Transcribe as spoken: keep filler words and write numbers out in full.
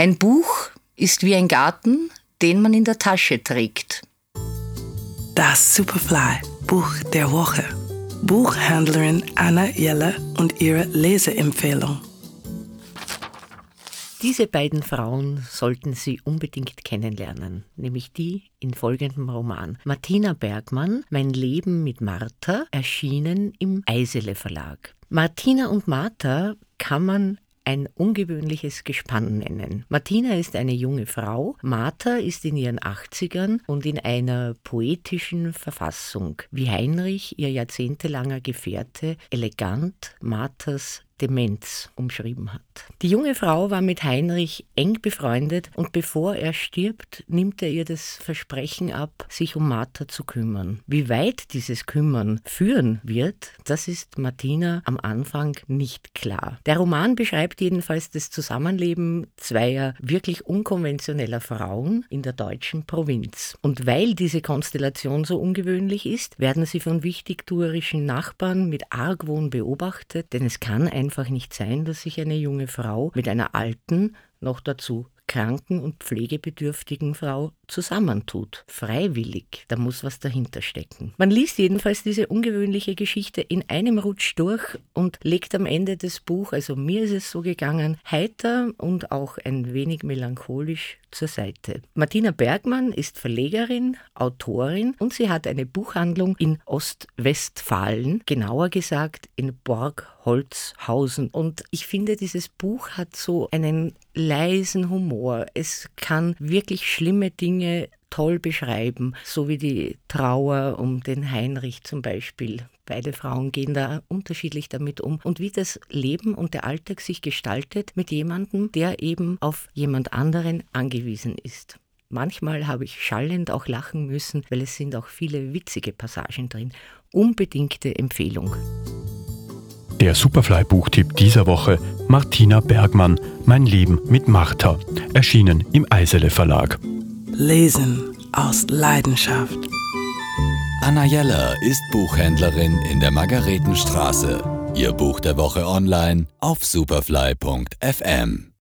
Ein Buch ist wie ein Garten, den man in der Tasche trägt. Das Superfly Buch der Woche. Buchhändlerin Anna Jeller und ihre Leseempfehlung. Diese beiden Frauen sollten Sie unbedingt kennenlernen, nämlich die in folgendem Roman. Martina Bergmann, Mein Leben mit Martha, erschienen im Eisele Verlag. Martina und Martha kann man ein ungewöhnliches Gespann nennen. Martina ist eine junge Frau, Martha ist in ihren achtzigern und in einer poetischen Verfassung, wie Heinrich, ihr jahrzehntelanger Gefährte, elegant Marthas Demenz umschrieben hat. Die junge Frau war mit Heinrich eng befreundet und bevor er stirbt, nimmt er ihr das Versprechen ab, sich um Martha zu kümmern. Wie weit dieses Kümmern führen wird, das ist Martina am Anfang nicht klar. Der Roman beschreibt jedenfalls das Zusammenleben zweier wirklich unkonventioneller Frauen in der deutschen Provinz. Und weil diese Konstellation so ungewöhnlich ist, werden sie von wichtigtuerischen Nachbarn mit Argwohn beobachtet, denn es kann ein einfach nicht sein, dass sich eine junge Frau mit einer alten, noch dazu kranken und pflegebedürftigen Frau zusammentut. Freiwillig, da muss was dahinter stecken. Man liest jedenfalls diese ungewöhnliche Geschichte in einem Rutsch durch und legt am Ende des Buchs, also mir ist es so gegangen, heiter und auch ein wenig melancholisch zur Seite. Martina Bergmann ist Verlegerin, Autorin und sie hat eine Buchhandlung in Ostwestfalen, genauer gesagt in Borgholzhausen. Und ich finde, dieses Buch hat so einen leisen Humor. Es kann wirklich schlimme Dinge toll beschreiben, so wie die Trauer um den Heinrich zum Beispiel. Beide Frauen gehen da unterschiedlich damit um und wie das Leben und der Alltag sich gestaltet mit jemandem, der eben auf jemand anderen angewiesen ist. Manchmal habe ich schallend auch lachen müssen, weil es sind auch viele witzige Passagen drin. Unbedingte Empfehlung. Der Superfly-Buchtipp dieser Woche: Martina Bergmann, Mein Leben mit Martha, erschienen im Eisele Verlag. Lesen aus Leidenschaft. Anna Jeller ist Buchhändlerin in der Margaretenstraße. Ihr Buch der Woche online auf superfly punkt f m.